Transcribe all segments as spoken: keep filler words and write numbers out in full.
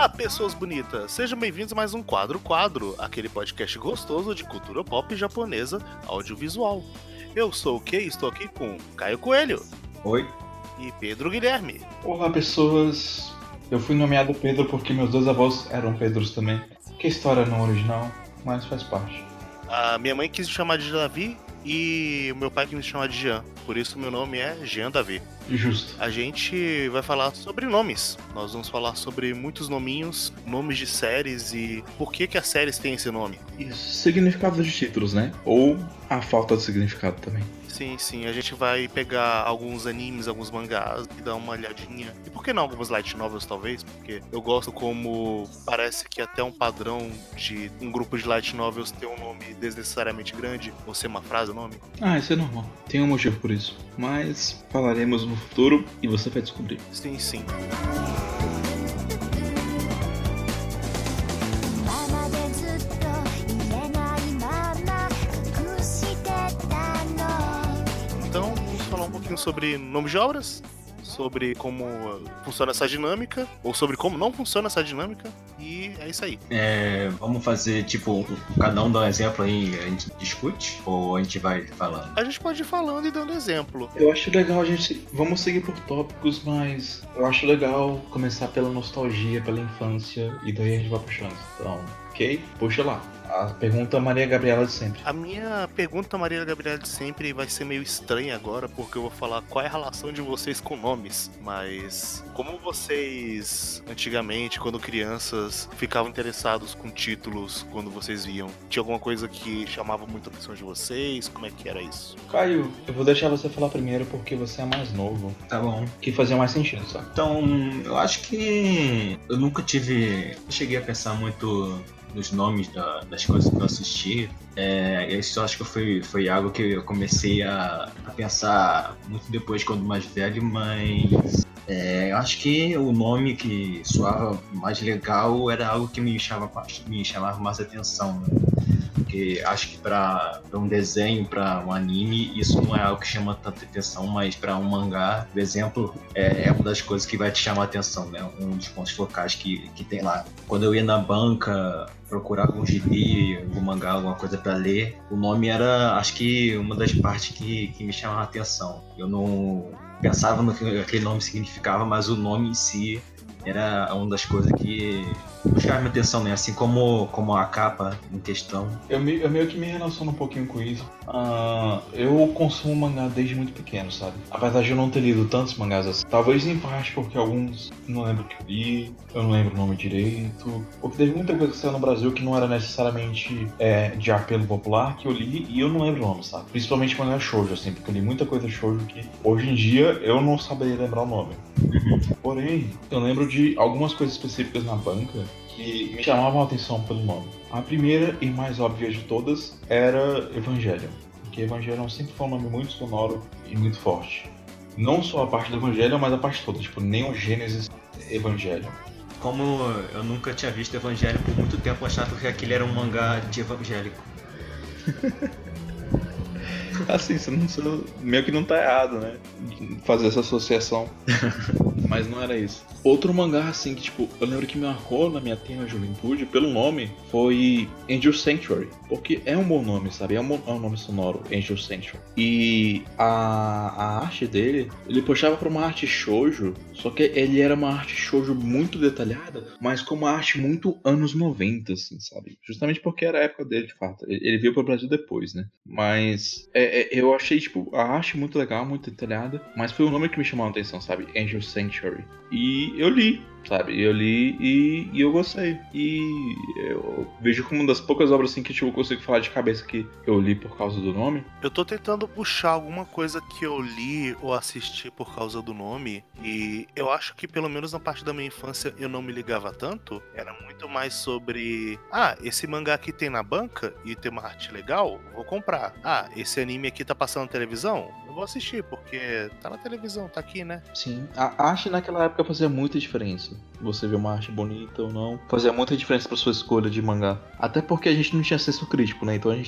Olá, pessoas bonitas! Sejam bem-vindos a mais um Quadro Quadro, aquele podcast gostoso de cultura pop japonesa audiovisual. Eu sou o Kei e estou aqui com Caio Coelho. Oi. E Pedro Guilherme. Olá, pessoas. Eu fui nomeado Pedro porque meus dois avós eram Pedros também. Que história não original, mas faz parte. A minha mãe quis me chamar de Davi e o meu pai quis me chamar de Jean. Por isso meu nome é Jean Davi. Justo. A gente vai falar sobre nomes. Nós vamos falar sobre muitos nominhos, nomes de séries e por que que as séries têm esse nome. E significado de títulos, né? Ou a falta de significado também. Sim, sim, a gente vai pegar alguns animes, alguns mangás e dar uma olhadinha. E por que não algumas light novels, talvez? Porque eu gosto como parece que até um padrão de um grupo de light novels ter um nome desnecessariamente grande, ou ser uma frase o nome. Ah, isso é normal. Tem um motivo por isso. Mas falaremos no futuro e você vai descobrir. Sim, sim. Então, vamos falar um pouquinho sobre nomes de obras, sobre como funciona essa dinâmica, ou sobre como não funciona essa dinâmica, e é isso aí. É, vamos fazer, tipo, cada um dá um exemplo aí, a gente discute, ou a gente vai falando? A gente pode ir falando e dando exemplo. Eu acho legal a gente... Vamos seguir por tópicos, mas eu acho legal começar pela nostalgia, pela infância, e daí a gente vai puxando. Então, ok? Puxa lá. A pergunta Maria Gabriela de sempre. A minha pergunta, Maria Gabriela de sempre, vai ser meio estranha agora, porque eu vou falar qual é a relação de vocês com nomes. Mas como vocês, antigamente, quando crianças, ficavam interessados com títulos quando vocês viam? Tinha alguma coisa que chamava muito a atenção de vocês? Como é que era isso? Caio, eu vou deixar você falar primeiro porque você é mais novo. Tá bom. Que fazia mais sentido, sabe? Então, eu acho que eu nunca tive... Eu cheguei a pensar muito nos nomes da, das coisas que eu assisti. É, isso eu acho que foi, foi algo que eu comecei a, a pensar muito depois, quando mais velho, mas é, eu acho que o nome que soava mais legal era algo que me chamava, me chamava mais atenção, né? Porque acho que para um desenho, para um anime, isso não é algo que chama tanta atenção, mas para um mangá, por exemplo, é, é uma das coisas que vai te chamar a atenção, né? Um dos pontos focais que, que tem lá. Quando eu ia na banca procurar algum gibi, algum mangá, alguma coisa para ler, o nome era, acho que, uma das partes que, que me chamava a atenção. Eu não pensava no que aquele nome significava, mas o nome em si era uma das coisas que puxava minha atenção, né? Assim como, como a capa em questão. Eu, me, eu meio que me relaciono um pouquinho com isso. Uh, eu consumo mangá desde muito pequeno, sabe? Apesar de eu não ter lido tantos mangás assim. Talvez em parte porque alguns não lembro o que eu li, eu não lembro o nome direito. Porque teve muita coisa que saiu no Brasil que não era necessariamente é, de apelo popular que eu li e eu não lembro o nome, sabe? Principalmente mangá shoujo, assim, porque eu li muita coisa shoujo que hoje em dia eu não saberia lembrar o nome. Porém, eu lembro de algumas coisas específicas na banca que me chamavam a atenção pelo nome. A primeira e mais óbvia de todas era Evangelion, porque Evangelion sempre foi um nome muito sonoro e muito forte. Não só a parte do Evangelion, mas a parte toda, tipo, Neon Genesis Evangelion. Como eu nunca tinha visto Evangelion por muito tempo, eu achava que aquele era um mangá de evangélico. Assim, você não, você meio que não tá errado, né? Fazer essa associação. Mas não era isso. Outro mangá, assim, que tipo, eu lembro que me marcou na minha tenra juventude, pelo nome, foi Angel Sanctuary. Porque é um bom nome, sabe? É um, é um nome sonoro, Angel Sanctuary. E a, a arte dele, ele puxava pra uma arte shoujo, só que ele era uma arte shoujo muito detalhada, mas com uma arte muito anos noventa, assim, sabe? Justamente porque era a época dele, de fato. Ele, ele veio pro Brasil depois, né? Mas é, é, eu achei, tipo, a arte muito legal, muito detalhada, mas foi o nome que me chamou a atenção, sabe? Angel Sanctuary. E eu li, sabe? Eu li e, e eu gostei. E eu vejo como uma das poucas obras assim que tipo, eu consigo falar de cabeça que eu li por causa do nome. Eu tô tentando puxar alguma coisa que eu li ou assisti por causa do nome, e eu acho que pelo menos na parte da minha infância eu não me ligava tanto. Era muito mais sobre, ah, esse mangá aqui tem na banca e tem uma arte legal, vou comprar. Ah, esse anime aqui tá passando na televisão, eu vou assistir porque tá na televisão, tá aqui, né? Sim, a arte naquela época fazia muita diferença. Você vê uma arte bonita ou não, fazia muita diferença pra sua escolha de mangá. Até porque a gente não tinha senso crítico, né? Então a gente achava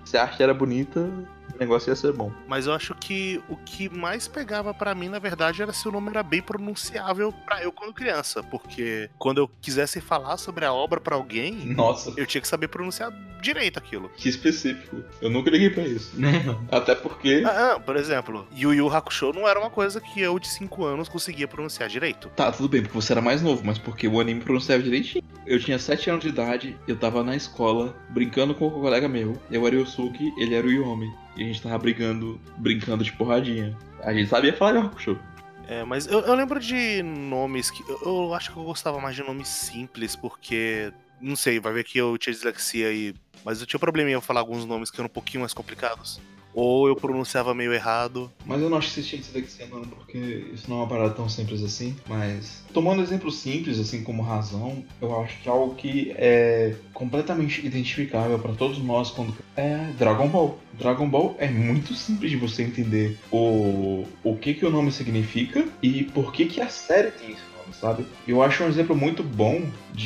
Se a arte era bonita, o negócio ia ser bom. Mas eu acho que o que mais pegava pra mim, na verdade, era se o nome era bem pronunciável pra eu quando criança. Porque quando eu quisesse falar sobre a obra pra alguém, Nossa, eu tinha que saber pronunciar direito aquilo. que específico. Eu nunca liguei pra isso. Até porque... Ah, ah, por exemplo, Yu Yu Hakusho não era uma coisa que eu de cinco anos conseguia pronunciar direito. Tá, tudo bem, porque você era mais novo, mas porque o anime pronunciava direitinho. Eu tinha sete anos de idade, eu tava na escola, brincando com um colega meu. Eu era o Yusuke, ele era o Yomi. E a gente tava brigando, brincando de porradinha. A gente sabia falar de Hakusho. É, mas eu, eu lembro de nomes que... Eu, eu acho que eu gostava mais de nomes simples, porque... Não sei, vai ver que eu tinha dislexia aí. Mas eu tinha problema em eu falar alguns nomes que eram um pouquinho mais complicados. Ou eu pronunciava meio errado. Mas eu não acho que você tinha dislexia não, porque isso não é uma parada tão simples assim. Mas, tomando exemplos simples, assim como razão, eu acho que é algo que é completamente identificável pra todos nós quando é Dragon Ball. Dragon Ball é muito simples de você entender o, o que, que o nome significa e por que, que a série tem esse nome, sabe? Eu acho um exemplo muito bom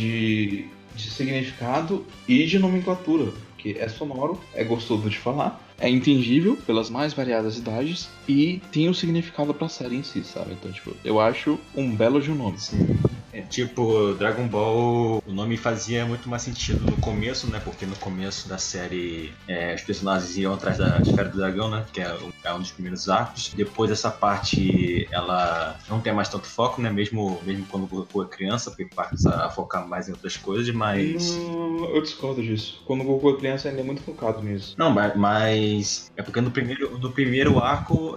de, de significado e de nomenclatura. Porque é sonoro, é gostoso de falar, é entendível pelas mais variadas idades e tem um significado pra série em si, sabe? Então, tipo, eu acho um belo de um nome. Sim. É, tipo, Dragon Ball, o nome fazia muito mais sentido no começo, né? Porque no começo da série é, os personagens iam atrás da Esfera do Dragão, né? Que é um, é um dos primeiros arcos. Depois essa parte, ela não tem mais tanto foco, né? Mesmo, mesmo quando o Goku é criança, porque passa a focar mais em outras coisas, mas... Não, eu discordo disso. Quando o Goku é criança, ainda é muito focado nisso. Não, mas, mas é porque no primeiro, no primeiro arco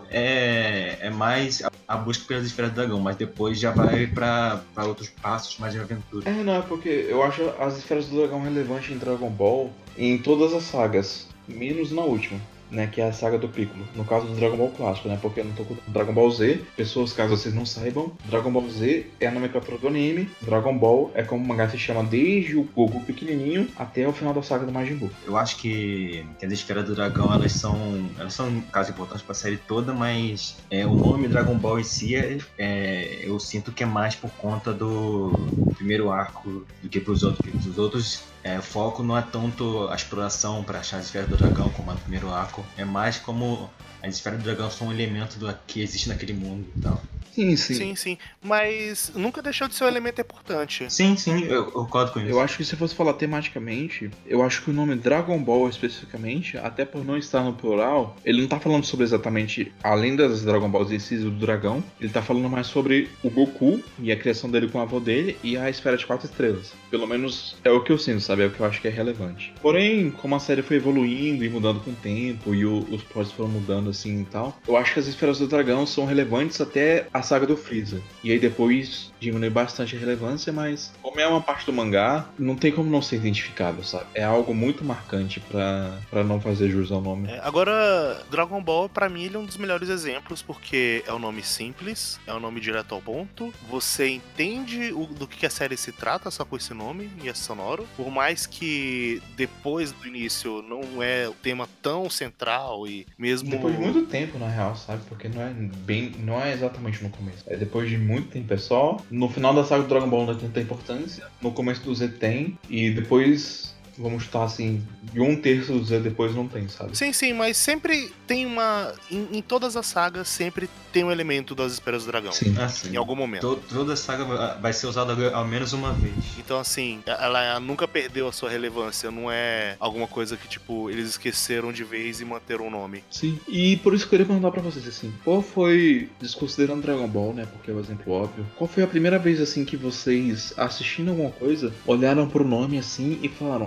é, é mais a, a busca pelas Esferas do Dragão, mas depois já vai pra, pra outros passos mais de aventura. É, não, é porque eu acho as Esferas do Dragão relevantes em Dragon Ball em todas as sagas, menos na última, né, que é a saga do Piccolo. No caso do Dragon Ball clássico, né, porque eu não tô com Dragon Ball Z. Pessoas, caso vocês não saibam, Dragon Ball Z é a nomenclatura do anime. Dragon Ball é como o mangá se chama desde o Goku pequenininho até o final da saga do Majin Buu. Eu acho que, que as Esferas do Dragão, elas são, elas são um caso importante pra série toda, mas é, o nome Dragon Ball em si, é, é, eu sinto que é mais por conta do primeiro arco do que pros outros. Porque os outros, é, o foco não é tanto a exploração para achar as Esferas do Dragão como é no primeiro arco. É mais como as Esferas do Dragão são um elemento do que existe naquele mundo e tal. Sim, sim. Sim, sim. Mas nunca deixou de ser um elemento importante. Sim, sim, eu, eu concordo com isso. Eu acho que se fosse falar tematicamente, eu acho que o nome Dragon Ball especificamente, até por não estar no plural, ele não tá falando sobre exatamente, além das Dragon Balls em si do dragão, ele tá falando mais sobre o Goku e a criação dele com o avô dele e a esfera de quatro estrelas. Pelo menos é o que eu sinto, sabe? É o que eu acho que é relevante. Porém, como a série foi evoluindo e mudando com o tempo e o, os plots foram mudando assim e tal, eu acho que as esferas do dragão são relevantes até a saga do Freeza. E aí depois diminui bastante a relevância, mas como é uma parte do mangá, não tem como não ser identificável, sabe? É algo muito marcante pra, pra não fazer jus ao nome. É, agora, Dragon Ball, pra mim, ele é um dos melhores exemplos, porque é um nome simples, é um nome direto ao ponto, você entende o, do que a série se trata só com esse nome, e é sonoro, por mais que depois do início não é o tema tão central e mesmo... Depois de muito tempo, na real, sabe? Porque não é bem, não é exatamente no começo. É depois de muito tempo, é só no final da saga do Dragon Ball não tem tanta importância, no começo do Z tem, e depois, vamos estar assim, de um terço do Z depois não tem, sabe? Sim, sim, mas sempre tem uma... Em, em todas as sagas, sempre tem um elemento das Esferas do Dragão. Sim. Ah, sim. Em algum momento. Todo, toda a saga vai ser usada ao menos uma vez. Então, assim, ela nunca perdeu a sua relevância. Não é alguma coisa que, tipo, eles esqueceram de vez e manteram o nome. Sim. E por isso que eu queria perguntar pra vocês, assim, qual foi, desconsiderando Dragon Ball, né, porque é o exemplo óbvio, qual foi a primeira vez, assim, que vocês, assistindo alguma coisa, olharam pro nome, assim, e falaram,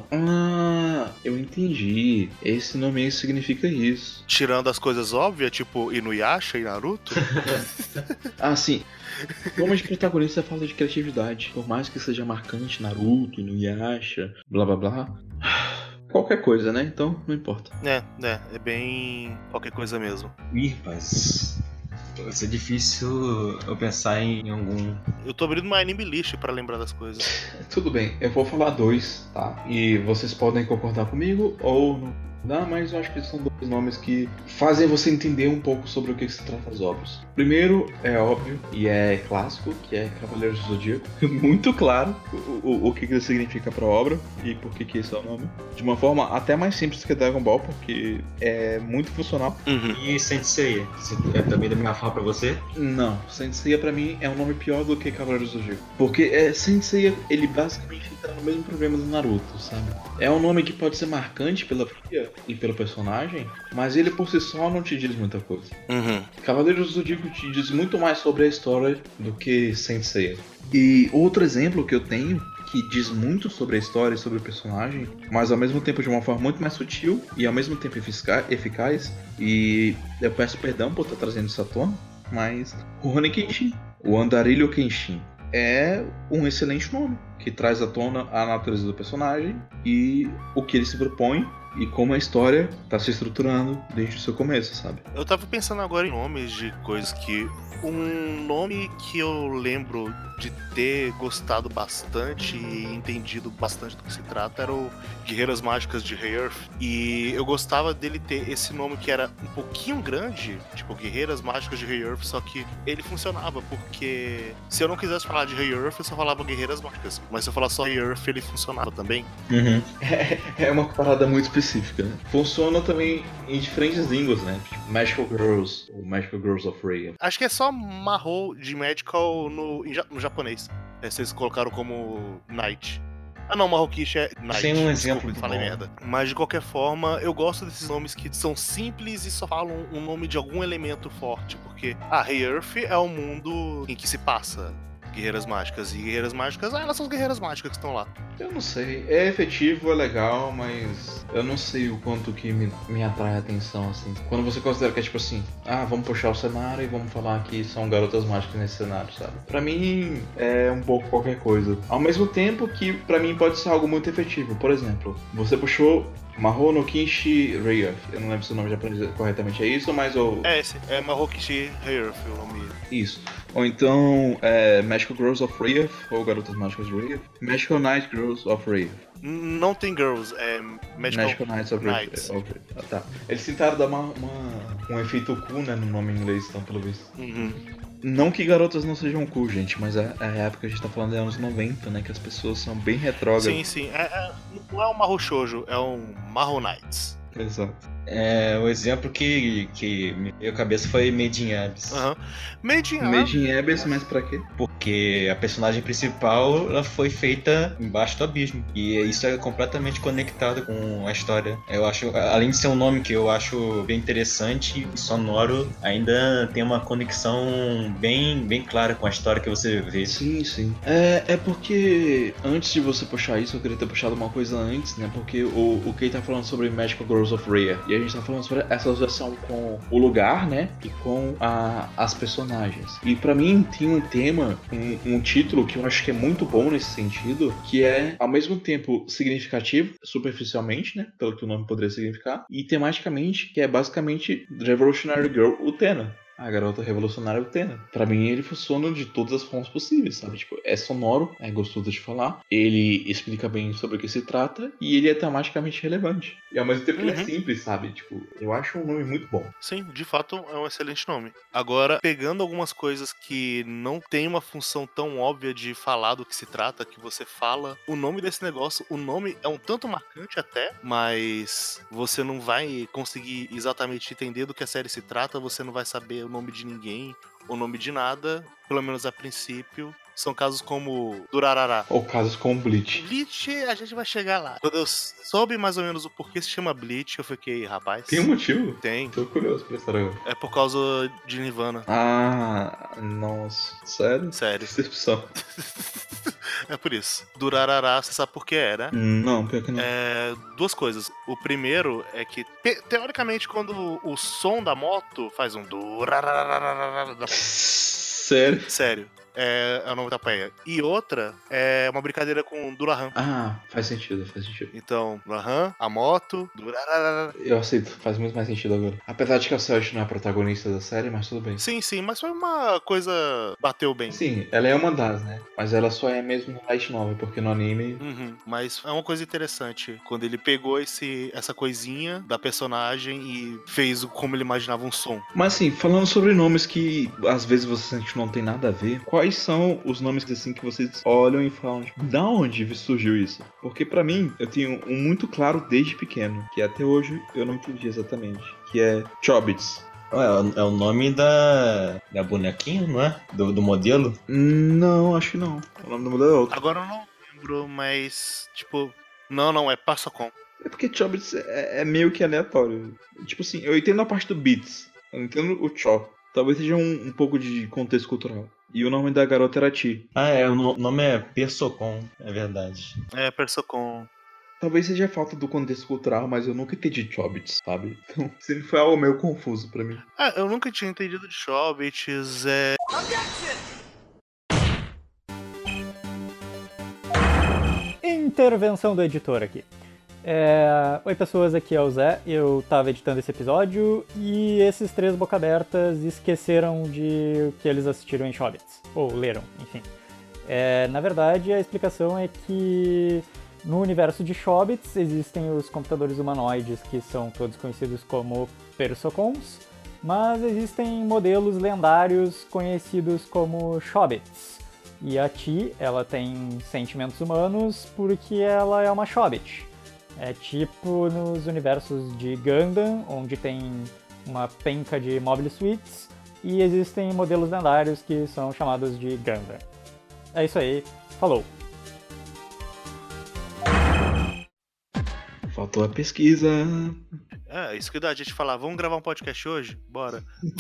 ah, eu entendi, esse nome aí significa isso. Tirando as coisas óbvias, tipo Inuyasha e Naruto. Ah, sim. Nome de protagonista fala de criatividade. Por mais que seja marcante, Naruto, Inuyasha, blá blá blá. Qualquer coisa, né? Então, não importa. É, é, é bem qualquer coisa mesmo. Ih, mas... vai ser difícil eu pensar em algum... Eu tô abrindo uma anime list pra lembrar das coisas. Tudo bem, eu vou falar dois, tá? E vocês podem concordar comigo ou não. Não, mas eu acho que são dois nomes que fazem você entender um pouco sobre o que se trata as obras. Primeiro, é óbvio e é clássico, que é Cavaleiros do Zodíaco. Muito claro o, o, o que ele significa pra obra e por que que esse é o nome. De uma forma até mais simples que Dragon Ball, porque é muito funcional. Uhum. E Saint Seiya, é também da mesma forma pra você? Não, Saint Seiya pra mim é um nome pior do que Cavaleiros do Zodíaco. Porque é, Saint Seiya, ele basicamente entra no mesmo problema do Naruto, sabe? É um nome que pode ser marcante pela filha e pelo personagem, mas ele por si só não te diz muita coisa. Uhum. Cavaleiros do Zodíaco te diz muito mais sobre a história do que Saint Seiya. E outro exemplo que eu tenho, que diz muito sobre a história e sobre o personagem, mas ao mesmo tempo de uma forma muito mais sutil e ao mesmo tempo efica- eficaz, e eu peço perdão por estar trazendo isso à tona, mas Rurouni Kenshin, o Andarilho Kenshin, é um excelente nome, que traz à tona a natureza do personagem e o que ele se propõe e como a história tá se estruturando desde o seu começo, sabe? Eu tava pensando agora em nomes de coisas que... Um nome que eu lembro de ter gostado bastante e entendido bastante do que se trata era o Guerreiras Mágicas de Rei-Earth. E eu gostava dele ter esse nome que era um pouquinho grande, tipo Guerreiras Mágicas de Rei-Earth, só que ele funcionava, porque se eu não quisesse falar de Rei-Earth, eu só falava Guerreiras Mágicas. Mas se eu falar só Rei-Earth, ele funcionava também. Uhum. É, é uma parada muito específica, né? Funciona também em diferentes línguas, né? Tipo, Magical Girls, ou Magical Girls of Rei. Acho que é só Mahou de Magical no, em ja- no japonês. É, vocês colocaram como Knight. Ah não, Mahokishi é Knight. Sem um Desculpa, exemplo falei bom. merda. Mas de qualquer forma, eu gosto desses nomes que são simples e só falam um nome de algum elemento forte. Porque, ah, Rei-Earth é o mundo em que se passa Guerreiras Mágicas. E Guerreiras Mágicas, ah, elas são as Guerreiras Mágicas que estão lá. Eu não sei, é efetivo, é legal, mas eu não sei o quanto que me, me atrai a atenção, assim. Quando você considera que é tipo assim, ah, vamos puxar o cenário e vamos falar que são garotas mágicas nesse cenário, sabe? Pra mim, é um pouco qualquer coisa. Ao mesmo tempo que, pra mim, pode ser algo muito efetivo. Por exemplo, você puxou Mahou no Kinshi Rei-Earth. Eu não lembro se o nome japonês corretamente é isso, mas o... É esse, é Mahokishi Rei-Earth o nome. Isso. Ou então, é, Magical Girls of Rei-Earth, ou Garotas Mágicas de Rei-Earth. Magical Night Girls of Rei-Earth. N- Não tem Girls, é Magical, Magical Knights of Rei-Earth. Knights. of Rei- Ah, tá. Eles tentaram dar uma, uma- um efeito cool, né, no nome em inglês, então, pelo visto. Uhum. Não que garotas não sejam cool, gente, mas é a época que a gente tá falando é anos noventa, né, que as pessoas são bem retrógradas. Sim, sim. É, é- não é um Mahou Shoujo, é um Mahou Knights. Exato. É, o exemplo que, que me veio à cabeça foi Made in Abyss. Aham. Made in Made in Abyss, mas pra quê? Porque a personagem principal ela foi feita embaixo do abismo. E isso é completamente conectado com a história. Eu acho, além de ser um nome que eu acho bem interessante e sonoro, ainda tem uma conexão bem, bem clara com a história que você vê. Sim, sim. É, é porque antes de você puxar isso, eu queria ter puxado uma coisa antes, né? Porque o, o Kei tá falando sobre Magical Girls of Rei-Earth. E a gente tá falando sobre essa associação com o lugar, né? E com a, as personagens. E pra mim tem um tema, um, um título que eu acho que é muito bom nesse sentido, que é ao mesmo tempo significativo, superficialmente, né? Pelo que o nome poderia significar, e tematicamente, que é basicamente Revolutionary Girl Utena. A garota revolucionária Utena. Pra mim, ele funciona de todas as formas possíveis, sabe? Tipo, é sonoro, é gostoso de falar, ele explica bem sobre o que se trata e ele é tematicamente relevante. E ao mesmo tempo ele é Uhum. simples, sabe? Tipo, eu acho um nome muito bom. Sim, de fato é um excelente nome. Agora, pegando algumas coisas que não tem uma função tão óbvia de falar do que se trata, que você fala o nome desse negócio, o nome é um tanto marcante até, mas você não vai conseguir exatamente entender do que a série se trata, você não vai saber o nome de ninguém, o nome de nada, pelo menos a princípio. São casos como Durarara. Ou casos como Bleach. Bleach, a gente vai chegar lá. Quando eu soube mais ou menos o porquê se chama Bleach, eu fiquei, rapaz. Tem um motivo? Tem. Tô curioso pra essa agora. É por causa de Nirvana. Ah, nossa. Sério? Sério. Decepção. É por isso. Durarará, você sabe por que é, né? Não, pior que não. É, duas coisas. O primeiro é que, te- teoricamente, quando o som da moto faz um durararararara, Sério? sério. é, é o nome da peia. E outra é uma brincadeira com Durahan. Ah, faz sentido, faz sentido. Então, Durahan, a moto, Durarara. Eu aceito, faz muito mais sentido agora. Apesar de que a Celeste não é a protagonista da série, mas tudo bem. Sim, sim, mas foi uma coisa... bateu bem. Sim, ela é uma das, né? Mas ela só é mesmo no light novel, porque no anime... Uhum, mas é uma coisa interessante. Quando ele pegou esse, essa coisinha da personagem e fez como ele imaginava um som. Mas assim, falando sobre nomes que às vezes você sente que não tem nada a ver, quais são os nomes assim que vocês olham e falam, tipo, da onde surgiu isso? Porque pra mim, eu tenho um muito claro desde pequeno, que até hoje eu não entendi exatamente, que é Chobits. Ué, é o nome da, da bonequinha, não é? Do, do modelo? Não, acho que não. O nome do modelo é outro. Agora eu não lembro, mas, tipo... Não, não, é Passacon. É porque Chobits é, é meio que aleatório. Tipo assim, eu entendo a parte do Beats, eu entendo o Cho. Talvez seja um, um pouco de contexto cultural. E o nome da garota era Ti. Ah, é, o no- nome é Persocon, é verdade. É, Persacon. Talvez seja falta do contexto cultural, mas eu nunca entendi Chobits, sabe? Então sempre foi algo meio confuso pra mim. Ah, eu nunca tinha entendido de Chobits, é... Intervenção do editor aqui. É... Oi pessoas, aqui é o Zé, eu tava editando esse episódio e esses três boca abertas esqueceram de que eles assistiram em Chobits, ou leram, enfim. É... Na verdade, a explicação é que no universo de Chobits existem os computadores humanoides que são todos conhecidos como Persocons, mas existem modelos lendários conhecidos como Chobits. E a Ti, ela tem sentimentos humanos porque ela é uma Chobit. É tipo nos universos de Gundam, onde tem uma penca de Mobile Suits, e existem modelos lendários que são chamados de Gundam. É isso aí, falou! Faltou a pesquisa. É, isso que dá a gente falar, vamos gravar um podcast hoje? Bora.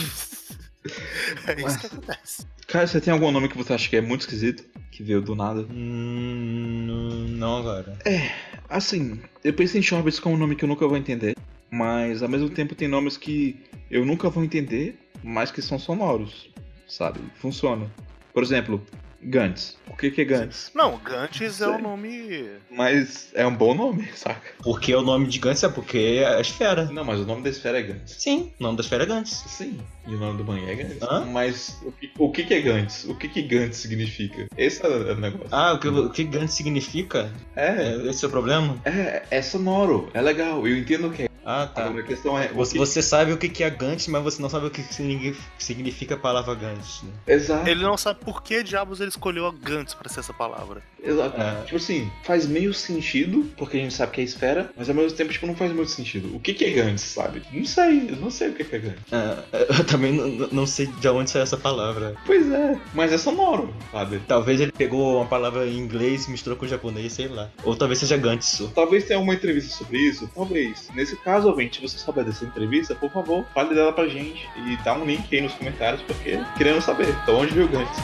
É isso que acontece. Cara, você tem algum nome que você acha que é muito esquisito? Que veio do nada? Hum, não agora. É, assim, eu pensei em Chobits como um nome que eu nunca vou entender. Mas ao mesmo tempo tem nomes que eu nunca vou entender, mas que são sonoros, sabe? Funciona. Por exemplo, Gantz. O que que é Gantz? Não, Gantz é Sei. o nome... Mas é um bom nome, saca? Porque o nome de Gantz é porque é a esfera. Não, mas o nome da esfera é Gantz. Sim, o nome da esfera é Gantz. Sim. E o nome do banho é Gantz. Hã? Mas o que, o que que é Gantz? O que que Gantz significa? Esse é o negócio. Ah, o que, o que Gantz significa? É, É, esse é o problema? é, é sonoro, é legal, eu entendo o que é. Ah, tá. Agora a questão é... o Você, que- você sabe o que que é Gantz, mas você não sabe o que significa- significa a palavra Gantz. Né? Exato, Ele não sabe por que diabos ele escolheu a Gantz pra ser essa palavra. exato. É. Tipo assim, faz meio sentido, porque a gente sabe que é esfera, mas ao mesmo tempo, tipo, não faz muito sentido. O que que é Gantz, sabe? Não sei, eu não sei o que que é Gantz. É, eu também não, não sei de onde saiu essa palavra. Pois é, mas é sonoro, sabe? Talvez ele pegou uma palavra em inglês e misturou com japonês, sei lá. Ou talvez seja Gantz. Talvez tenha uma entrevista sobre isso, talvez. Nesse caso, ouvinte, se você souber dessa entrevista, por favor, fale dela pra gente e dá um link aí nos comentários, porque queremos saber. Então, onde viu Gantz?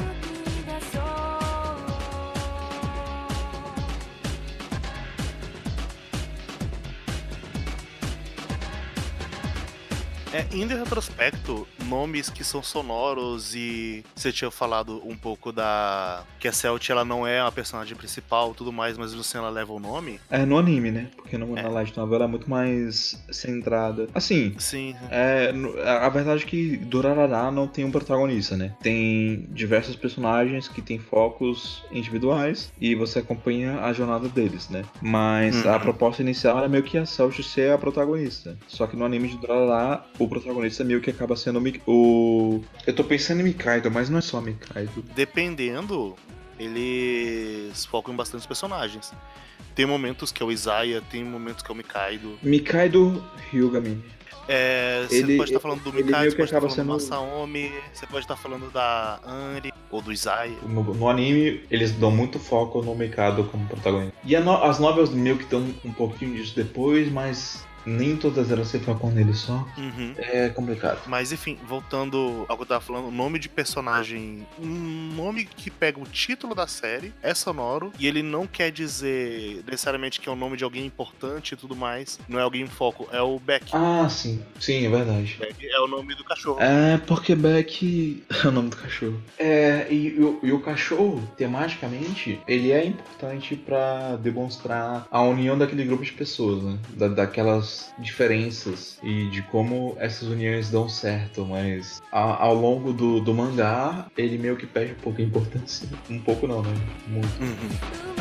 É, indo em retrospecto, nomes que são sonoros e você tinha falado um pouco da... que a Celt, ela não é a personagem principal e tudo mais, mas no ela leva o nome. É no anime, né? Porque no, É. na light novel ela é muito mais centrada. Assim, Sim, é, no- a a verdade é que Durarara não tem um protagonista, né? Tem diversos personagens que têm focos individuais e você acompanha a jornada deles, né? Mas Uhum. a proposta inicial era meio que a Celt ser a protagonista. Só que no anime de Durarara, o protagonista meio que acaba sendo o, Mi- o... Eu tô pensando em Mikaido, mas não é só Mikaido. dependendo, eles focam em bastantes personagens. Tem momentos que é o Isaiah, tem momentos que é o Mikaido. Mikaido Hyugami. É, você Ele- pode estar falando do ele Mikaido, meio você que pode estar acaba falando do sendo- Masaomi, você pode estar falando da Anri ou do Isaiah. No, no anime, eles dão muito foco no Mikado como protagonista. E a no- as novels meio que dão um pouquinho disso depois, mas nem todas elas se focam nele só. Uhum. É complicado. Mas enfim, voltando ao que eu tava falando, o nome de personagem, um nome que pega o título da série, é sonoro, e ele não quer dizer necessariamente que é o nome de alguém importante e tudo mais, não é alguém em foco, é o Beck. Ah, sim. Sim, é verdade. Beck é o nome do cachorro. É, porque Beck é o nome do cachorro. É, e, e o- e o cachorro, tematicamente, ele é importante pra demonstrar a união daquele grupo de pessoas, né? Da, daquelas diferenças e de como essas uniões dão certo, mas a- ao longo do, do mangá, ele meio que perde um pouco de importância. Um pouco não, né? Muito. Uhum.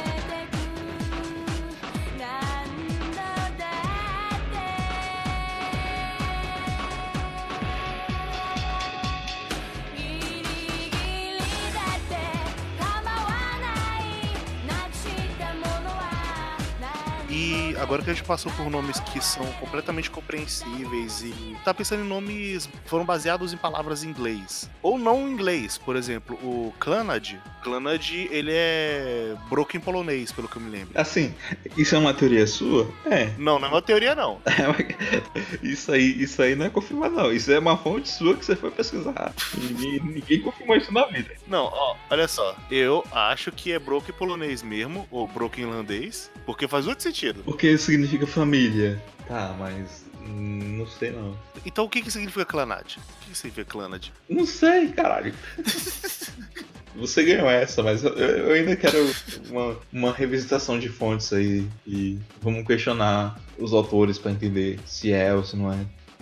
'E agora que a gente passou por nomes que são completamente compreensíveis e tá pensando em nomes que foram baseados em palavras em inglês ou não em inglês, por exemplo, o Clannad, Clannad ele é broken polonês, pelo que eu me lembro. Assim, isso é uma teoria sua? É. Não, não é uma teoria não. Isso aí, isso aí não é confirmado, não. Isso é uma fonte sua que você foi pesquisar. Ninguém, ninguém confirmou isso na vida. Não, ó, olha só, eu acho que é broken polonês mesmo, ou broken irlandês, porque faz muito sentido. Porque significa família. Tá, mas hum, não sei não. Então o que que significa Clannad? O que que significa Clannad? Não sei, caralho. Você ganhou essa, mas eu, eu ainda quero uma, uma revisitação de fontes aí e vamos questionar os autores pra entender se é ou se não é.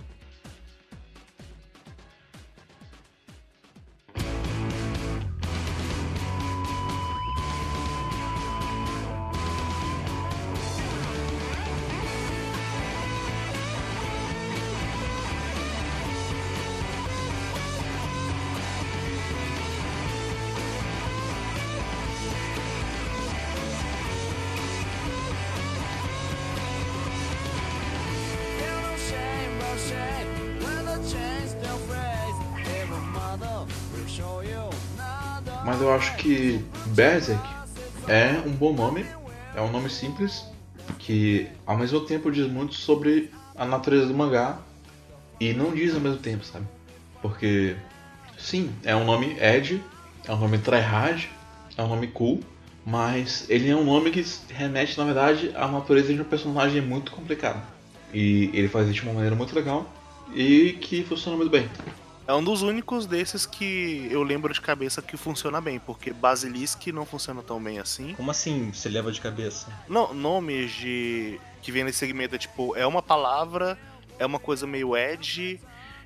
Mas eu acho que Berserk é um bom nome, é um nome simples, que ao mesmo tempo diz muito sobre a natureza do mangá e não diz ao mesmo tempo, sabe? Porque, sim, é um nome edgy, é um nome tryhard, é um nome cool, mas ele é um nome que remete, na verdade, à natureza de um personagem muito complicado. E ele faz isso de uma maneira muito legal e que funciona muito bem. É um dos únicos desses que eu lembro de cabeça que funciona bem, porque Basilisk não funciona tão bem assim. Como assim você leva de cabeça? Não, nomes de que vem nesse segmento é tipo, é uma palavra, é uma coisa meio edgy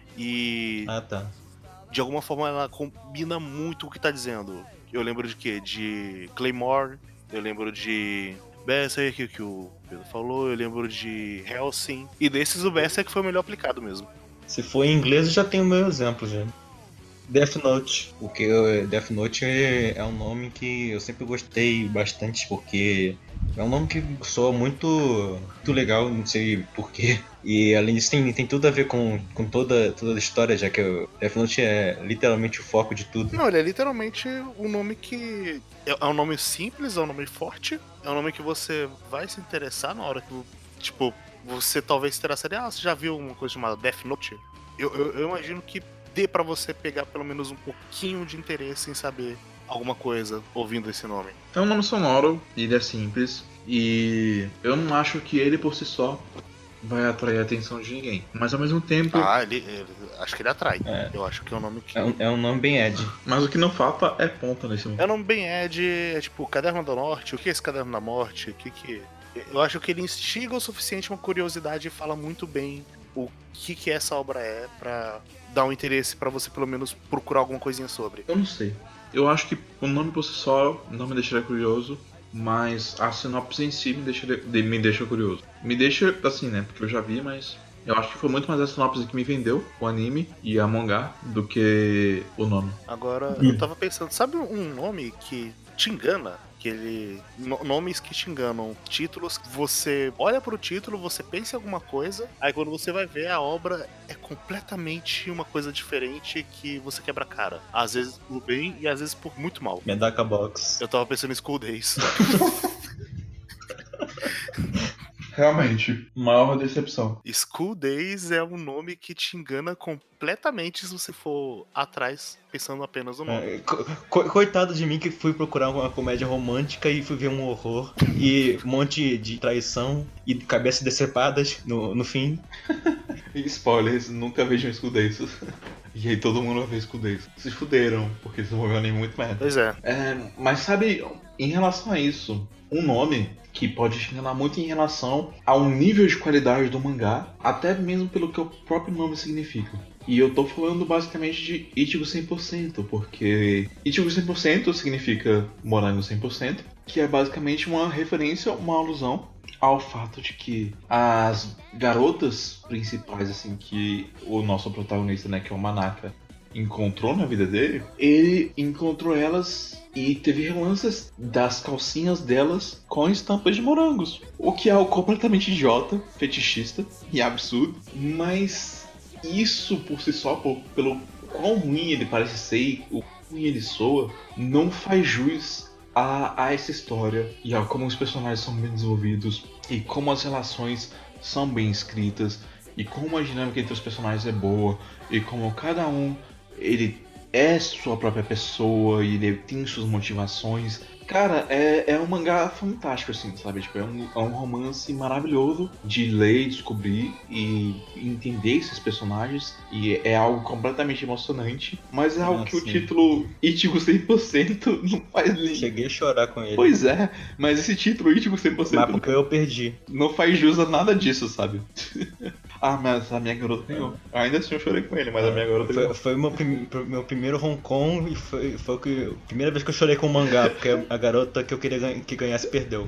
e Ah, tá. de alguma forma ela combina muito o que tá dizendo. Eu lembro de quê? De Claymore, eu lembro de Berserk, que o Pedro falou, eu lembro de Hellsing. E desses o Berserk foi o melhor aplicado mesmo. Se for em inglês, eu já tenho o meu exemplo já. Death Note. Porque eh, Death Note é, é um nome que eu sempre gostei bastante, porque é um nome que soa muito, muito legal, não sei porquê. E além disso tem, tem tudo a ver com, com toda, toda a história, já que o Death Note é literalmente o foco de tudo. Não, ele é literalmente um nome que... É um nome simples, é um nome forte, é um nome que você vai se interessar na hora que, tipo... Você talvez terá sido, ah, você já viu uma coisa chamada Death Note? Eu, eu, eu imagino que dê pra você pegar pelo menos um pouquinho de interesse em saber alguma coisa ouvindo esse nome. É um nome sonoro, ele é simples, e eu não acho que ele por si só vai atrair a atenção de ninguém. Mas ao mesmo tempo... Ah, ele, ele acho que ele atrai. É. Eu acho que é um nome que... É um, é um nome bem ed. Mas o que não falta é ponta nesse momento. É um nome bem Ed, é tipo, Caderno da Norte, o que é esse Caderno da Morte? O que que... Eu acho que ele instiga o suficiente uma curiosidade e fala muito bem o que que essa obra é pra dar um interesse pra você pelo menos procurar alguma coisinha sobre. Eu não sei. Eu acho que o nome por si só não me deixaria curioso, mas a sinopse em si me deixa, me deixa curioso. Me deixa assim, né? Porque eu já vi, mas eu acho que foi muito mais a sinopse que me vendeu o anime e a mangá do que o nome. Agora, eu tava pensando, sabe um nome que te engana? Que ele... Nomes que te enganam. Títulos que você olha pro título, você pensa em alguma coisa, aí quando você vai ver a obra é completamente uma coisa diferente que você quebra a cara. Às vezes por bem e às vezes por muito mal. Medaka Box. Eu tava pensando em School Days. Realmente, maior decepção. School Days é um nome que te engana completamente se você for atrás pensando apenas no nome. É, co- co- coitado de mim que fui procurar uma comédia romântica e fui ver um horror e um monte de traição e cabeças decepadas no, no fim. E spoilers, nunca vejam School Days. E aí todo mundo vai ver School Days. Se fuderam, porque eles não vão ver muito merda. Pois é. É, mas sabe, em relação a isso, um nome que pode te enganar muito em relação ao nível de qualidade do mangá, até mesmo pelo que o próprio nome significa. E eu tô falando basicamente de Ichigo cem por cento, porque Ichigo cem por cento significa morango cem por cento, que é basicamente uma referência, uma alusão ao fato de que as garotas principais, assim, que o nosso protagonista, né, que é o Manaka, encontrou na vida dele, ele encontrou elas e teve relances das calcinhas delas com estampas de morangos. O que é algo completamente idiota, fetichista e absurdo, mas isso por si só, por, pelo quão ruim ele parece ser e o quão ruim ele soa, não faz jus a, a essa história e a como os personagens são bem desenvolvidos e como as relações são bem escritas e como a dinâmica entre os personagens é boa e como cada um ele é sua própria pessoa e ele tem suas motivações. Cara, é, é um mangá fantástico, assim, sabe? Tipo, é um, é um romance maravilhoso de ler, descobrir e entender esses personagens. E é algo completamente emocionante. Mas é algo Ah, que sim. o título Ichigo cem por cento não faz nem... Cheguei a chorar com ele. Pois é, mas esse título Ichigo cem por cento Mas porque eu perdi. não faz jus a nada disso, sabe? Ah, mas a minha garota ganhou. Ainda assim eu chorei com ele, mas a minha garota Foi, ganhou. foi o meu, prim- meu primeiro Hong Kong e foi, foi o que, a primeira vez que eu chorei com o mangá, porque a garota que eu queria gan- que ganhasse perdeu.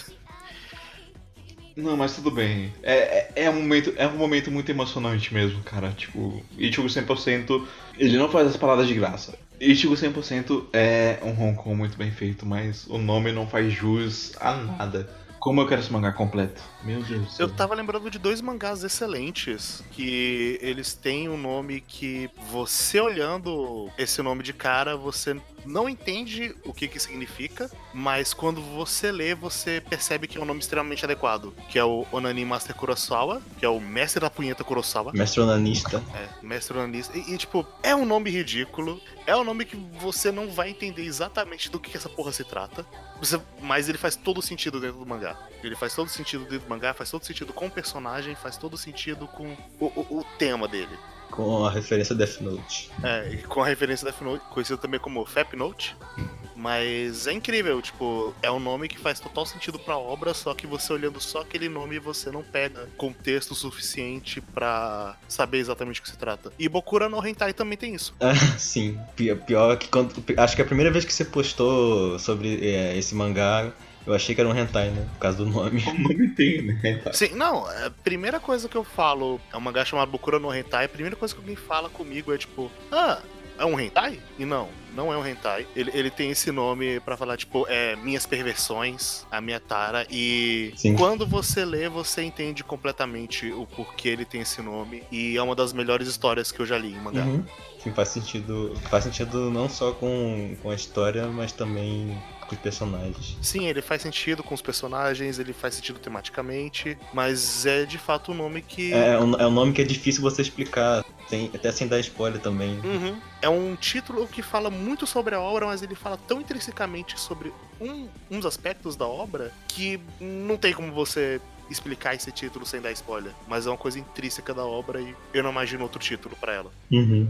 Não, mas tudo bem. É, é, é um momento, é um momento muito emocionante mesmo, cara. Tipo, Ichigo cem por cento, ele não faz as palavras de graça. Ichigo cem por cento é um Hong Kong muito bem feito, mas o nome não faz jus a nada. Como eu quero esse mangá completo? Meu Deus do céu. Eu tava lembrando de dois mangás excelentes, que eles têm um nome que você olhando esse nome de cara, você não entende o que que significa, mas quando você lê, você percebe que é um nome extremamente adequado, que é o Onani Master Kurosawa, que é o mestre da punheta Kurosawa. Mestre onanista. É, mestre onanista. E, e, tipo, é um nome ridículo, é um nome que você não vai entender exatamente do que, que essa porra se trata, você- mas ele faz todo sentido dentro do mangá. Ele faz todo sentido dentro do mangá, faz todo sentido com o personagem, faz todo sentido com o, o, o tema dele. Com a referência Death Note. É, e com a referência Death Note, conhecido também como Fap Note. Mas é incrível, tipo, é um nome que faz total sentido pra obra, só que você olhando só aquele nome, você não pega contexto suficiente pra saber exatamente o que se trata. E Bokura no Hentai também tem isso. Ah, sim, pior, pior que quando. Acho que a primeira vez que você postou sobre é, esse mangá, eu achei que era um hentai, né? Por causa do nome. O nome tem, né? Sim, não, a primeira coisa que eu falo é um mangá chamado Bokura no Hentai, a primeira coisa que alguém fala comigo é tipo, ah, é um hentai? E não, não é um hentai. Ele, ele tem esse nome pra falar, tipo, é minhas perversões, a minha tara, e Sim. quando você lê, você entende completamente o porquê ele tem esse nome, e é uma das melhores histórias que eu já li em mangá. Uhum. Sim, faz sentido. Faz sentido não só com, com a história, mas também com os personagens. Sim, ele faz sentido com os personagens, ele faz sentido tematicamente, mas é de fato um nome que... É, é um, é um nome que é difícil você explicar, sem- até sem dar spoiler também. Uhum. É um título que fala muito sobre a obra, mas ele fala tão intrinsecamente sobre um, uns aspectos da obra que não tem como você explicar esse título sem dar spoiler. Mas é uma coisa intrínseca da obra e eu não imagino outro título pra ela. Uhum.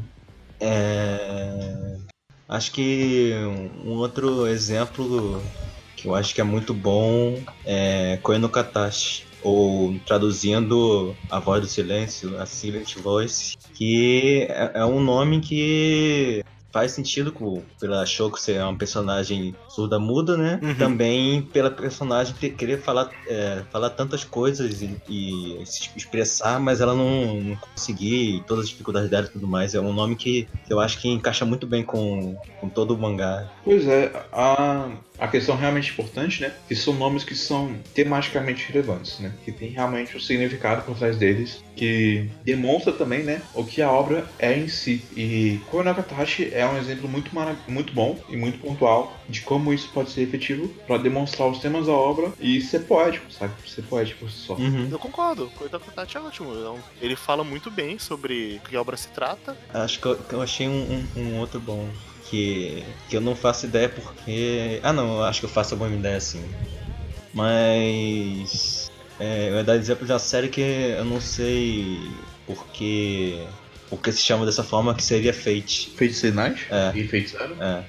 É... Acho que um outro exemplo que eu acho que é muito bom é Koe no Katashi, ou traduzindo A Voz do Silêncio, a Silent Voice, que é, é um nome que faz sentido com, pela Shoko ser uma personagem surda-muda, né? Uhum. Também pela personagem ter- querer falar, é, falar tantas coisas e, e se expressar, mas ela não, não conseguir, e todas as dificuldades dela e tudo mais. É um nome que, que eu acho que encaixa muito bem com, com todo o mangá. Pois é, a, A questão realmente importante, né? Que são nomes que são tematicamente relevantes, né? Que tem realmente um significado por trás deles, que demonstra também, né? O que a obra é em si. E Koe no Katachi é um exemplo muito, mara- muito bom e muito pontual de como isso pode ser efetivo para demonstrar os temas da obra e ser poético, sabe? Ser poético por si só. Uhum. Eu concordo, Koe no Katachi é ótimo. Então, ele fala muito bem sobre que obra se trata. Acho que eu, que eu achei um, um, um outro bom. Que, que eu não faço ideia porque... Ah não, eu acho que eu faço alguma ideia assim. Mas... É, eu ia dar exemplo de uma série que eu não sei porque... Porque se chama dessa forma, que seria Fate. Fate Stay Night? É. E Fate Zero? É.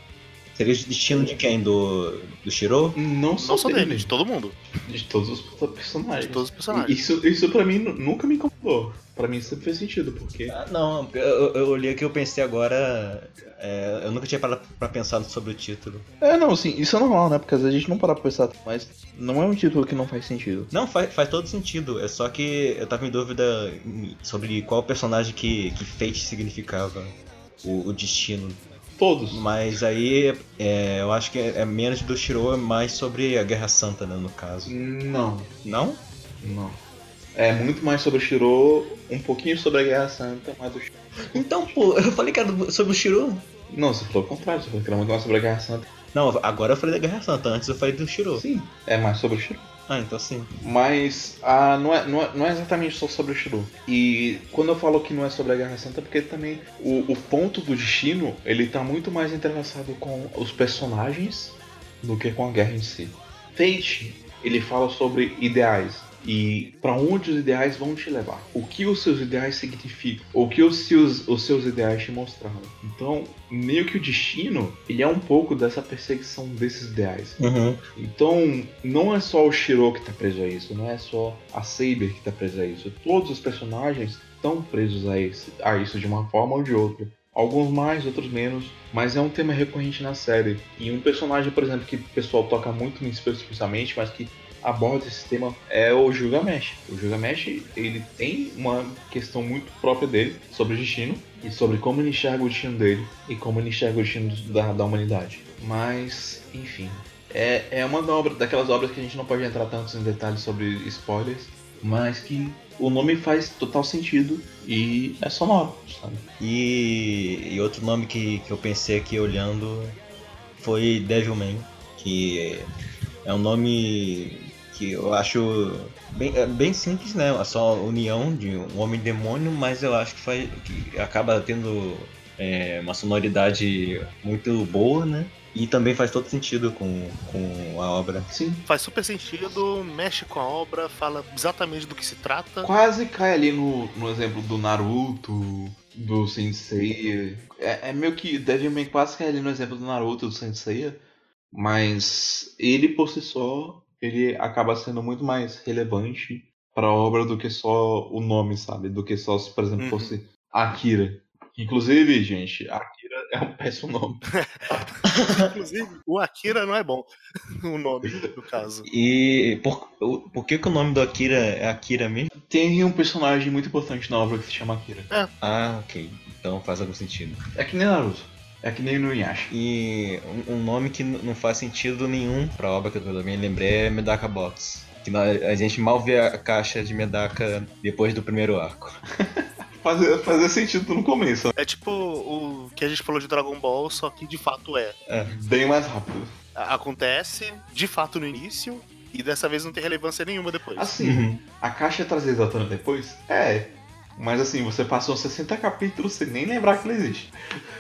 Seria o destino de quem? Do, do Shiro? Não só, Não só dele, dele, de todo mundo. de todos os personagens. De todos os personagens. Isso, isso pra mim nu- nunca me incomodou. Pra mim sempre fez sentido, porque... Ah, não, eu, eu olhei aqui e eu pensei agora... É, eu nunca tinha parado pra pensar sobre o título. É, não, sim, isso é normal, né? Porque às vezes a gente não para pra pensar, mas não é um título que não faz sentido. Não, faz, faz todo sentido. É só que eu tava em dúvida sobre qual personagem que, que Fate significava. O, o destino. Todos. Mas aí é, eu acho que é, é menos do Shiro, é mais sobre a Guerra Santa, né, no caso. Não, Não? não. É muito mais sobre o Shiro, um pouquinho sobre a Guerra Santa, mas o Shiro... Então, pô, eu falei que era do- sobre o Shiro. Não, você falou o contrário, você falou que era muito mais sobre a Guerra Santa. Não, agora eu falei da Guerra Santa, antes eu falei do Shiro. Sim, é mais sobre o Shiro. Ah, então sim. Mas ah, não, é, não, é, não é exatamente só sobre o Shiro. E quando eu falo que não é sobre a Guerra Santa, é porque também o, o ponto do destino, ele tá muito mais entrelaçado com os personagens do que com a guerra em si. Fate, ele fala sobre ideais. E para onde os ideais vão te levar? O que os seus ideais significam? O que os seus, os seus ideais te mostraram? Então, meio que o destino, ele é um pouco dessa perseguição desses ideais. Uhum. Então, não é só o Shiro que tá preso a isso, não é só a Saber que tá presa a isso. Todos os personagens estão presos a, esse, a isso de uma forma ou de outra. Alguns mais, outros menos, mas é um tema recorrente na série. E um personagem, por exemplo, que o pessoal toca muito nisso especificamente, mas que aborda esse tema é o Gilgamesh. O Gilgamesh, ele tem uma questão muito própria dele sobre o destino e sobre como ele enxerga o destino dele e como ele enxerga o destino da, da humanidade. Mas, enfim, é, é uma obra, daquelas obras que a gente não pode entrar tantos em detalhes sobre spoilers, mas que o nome faz total sentido e é sonoro, sabe? E, e outro nome que, que eu pensei aqui olhando foi Devilman, que é um nome que eu acho bem, é bem simples, né? É só a união de um homem e demônio, mas eu acho que, faz, que acaba tendo é, uma sonoridade muito boa, né? E também faz todo sentido com, com a obra. Sim. Faz super sentido, mexe com a obra, fala exatamente do que se trata. Quase cai ali no, no exemplo do Naruto, do Sensei. É, é meio que Devilman quase cai ali no exemplo do Naruto, do Sensei. Mas ele por si só, ele acaba sendo muito mais relevante para a obra do que só o nome, sabe? Do que só se, por exemplo, Uhum. fosse Akira. Inclusive, gente, Akira é um péssimo nome. Inclusive, o Akira não é bom, o nome, no caso. E por, por que, que o nome do Akira é Akira mesmo? Tem um personagem muito importante na obra que se chama Akira. Ah, ok. Então faz algum sentido. É que nem Naruto. É que nem no Inuyasha. E um, um nome que n- não faz sentido nenhum pra obra que eu também lembrei é Medaka Box. Que nós- a gente mal vê a caixa de Medaka depois do primeiro arco. Fazia, fazia sentido no começo. É tipo o que a gente falou de Dragon Ball, só que de fato é. Bem mais rápido. A- Acontece, de fato, no início, e dessa vez não tem relevância nenhuma depois. Assim, Uhum. a caixa é trazida à tona depois? É. Mas assim, você passou sessenta capítulos sem nem lembrar que ela existe.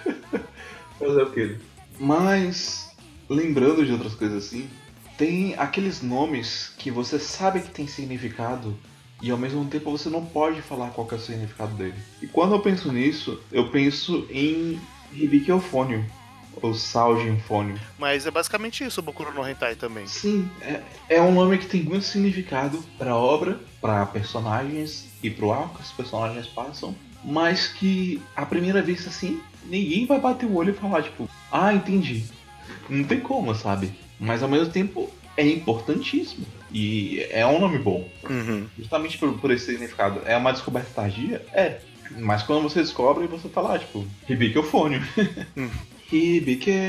Fazer o quê? Mas, lembrando de outras coisas assim, tem aqueles nomes que você sabe que tem significado e ao mesmo tempo você não pode falar qual que é o significado dele. E quando eu penso nisso, eu penso em Hibiki Eufônio, ou Salji Eufônio. Mas é basicamente isso o Boku no Hentai também. Sim, é, é um nome que tem muito significado pra obra, pra personagens e pro arco que os personagens passam, mas que à primeira vista assim, ninguém vai bater o olho e falar tipo, ah, entendi. Não tem como, sabe? Mas ao mesmo tempo é importantíssimo e é um nome bom, Uhum. justamente por, por esse significado. É uma descoberta tardia? É. Mas quando você descobre, você tá lá, tipo, Hibiki Eufônio. Hum. Hibiki.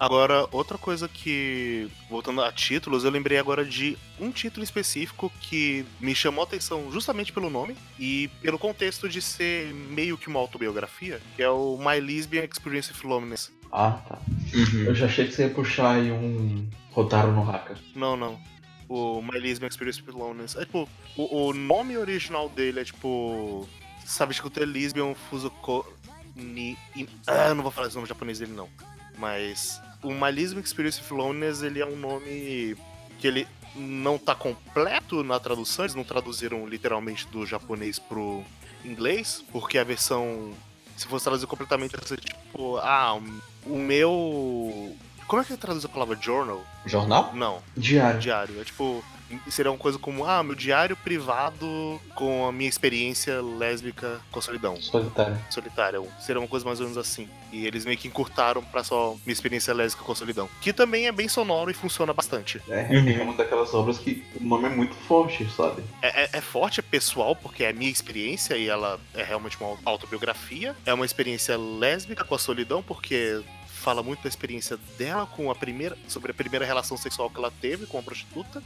Agora, outra coisa que, voltando a títulos, eu lembrei agora de um título específico que me chamou a atenção justamente pelo nome e pelo contexto de ser meio que uma autobiografia, que é o My Lesbian Experience of Loneliness. Ah, tá. Uhum. Eu já achei que você ia puxar aí um Rotaro no Haka. Não, não. O My Lesbian Experience of Loneliness. É tipo, o, o nome original dele é tipo... Sabe, escuta Lesbian Fuzuko... Ni... Ah, eu não vou falar esse nome japonês dele, não. Mas... O My Lesbian Experience of Loneliness, ele é um nome que ele não tá completo na tradução, eles não traduziram literalmente do japonês pro inglês, porque a versão, se fosse traduzir completamente, ia ser tipo, ah, o meu... Como é que traduz a palavra journal? Jornal? Não. Diário. Diário. É tipo, seria uma coisa como, ah, meu diário privado com a minha experiência lésbica com a solidão. Solitário. Solitária. Seria uma coisa mais ou menos assim. E eles meio que encurtaram pra só minha experiência lésbica com a solidão. Que também é bem sonoro e funciona bastante. É, é uma daquelas obras que o nome é muito forte, sabe? É, é, é forte, é pessoal, porque é a minha experiência e ela é realmente uma autobiografia. É uma experiência lésbica com a solidão, porque... fala muito da experiência dela com a primeira, sobre a primeira relação sexual que ela teve com a prostituta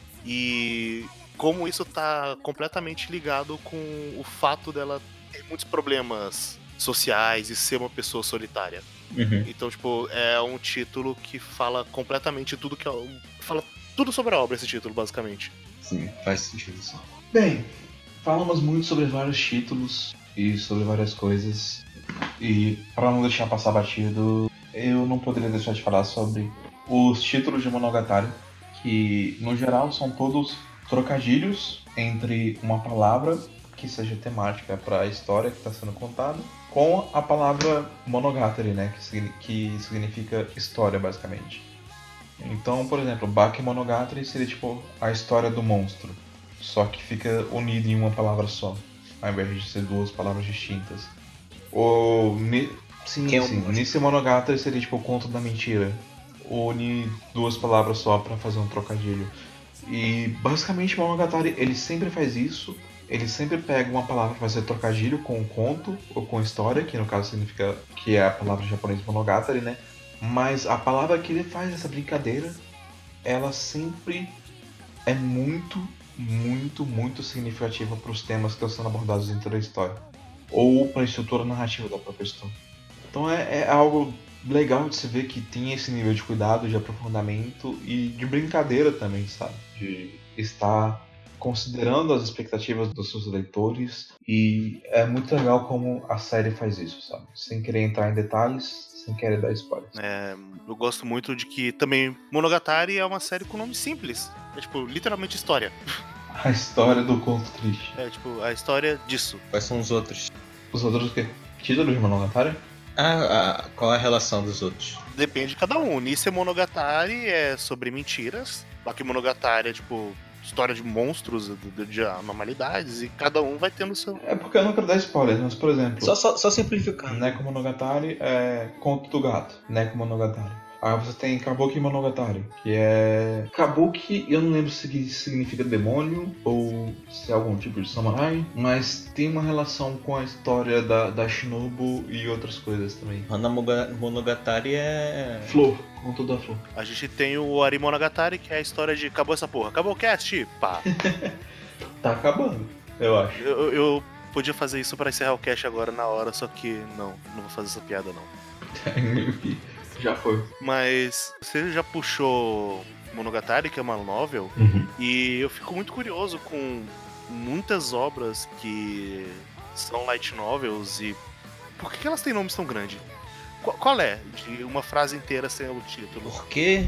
e como isso tá completamente ligado com o fato dela ter muitos problemas sociais e ser uma pessoa solitária. Uhum. Então, tipo, é um título que fala completamente tudo que ela... fala tudo sobre a obra, esse título, basicamente. Sim, faz sentido isso. Bem, falamos muito sobre vários títulos e sobre várias coisas. E para não deixar passar batido, eu não poderia deixar de falar sobre os títulos de Monogatari, que no geral são todos trocadilhos entre uma palavra que seja temática para a história que está sendo contada, com a palavra Monogatari, né, que, que significa história, basicamente. Então, por exemplo, Bakemonogatari seria tipo a história do monstro, só que fica unido em uma palavra só, ao invés de ser duas palavras distintas. Ou... Sim, Quem é o sim. monstro? Nisse Monogatari seria tipo o conto da mentira. Une duas palavras só pra fazer um trocadilho. E basicamente Monogatari, ele sempre faz isso. Ele sempre pega uma palavra pra fazer trocadilho com um conto ou com história, que no caso significa que é a palavra japonesa Monogatari, né? Mas a palavra que ele faz essa brincadeira, ela sempre é muito, muito, muito significativa pros temas que estão sendo abordados dentro da história. Ou pra estrutura narrativa da própria história. Então é, é algo legal de se ver que tem esse nível de cuidado, de aprofundamento e de brincadeira também, sabe? De estar considerando as expectativas dos seus leitores. E é muito legal como a série faz isso, sabe? Sem querer entrar em detalhes, sem querer dar spoilers. É, eu gosto muito de que também Monogatari é uma série com nome simples. É tipo, literalmente história. A história do conto triste. É tipo, a história disso. Quais são os outros? Os outros o quê? Títulos de Monogatari? Ah, ah, qual é a relação dos outros? Depende de cada um. Nisse Monogatari é sobre mentiras. Bakemonogatari é tipo história de monstros, de, de anormalidades. E cada um vai tendo seu... É porque eu não quero dar spoilers, mas por exemplo... Só, só, só simplificando. Neko Monogatari é Conto do Gato. Neko Monogatari. Aí você tem Kabuki Monogatari, que é... Kabuki, eu não lembro se significa demônio ou se é algum tipo de samurai, mas tem uma relação com a história da, da Shinobu e outras coisas também. Hana Monogatari é... Flor, Conto da Flor. A gente tem o Ari Monogatari, que é a história de acabou essa porra. Acabou o cast? Pá. Tá acabando, eu acho. Eu, eu podia fazer isso pra encerrar o cast agora na hora, só que não, não vou fazer essa piada não. Meio que já foi. Mas você já puxou Monogatari, que é uma novel, Uhum. e eu fico muito curioso com muitas obras que são light novels e por que que elas têm nomes tão grandes? Qual, qual é? De uma frase inteira sem o título. Por quê?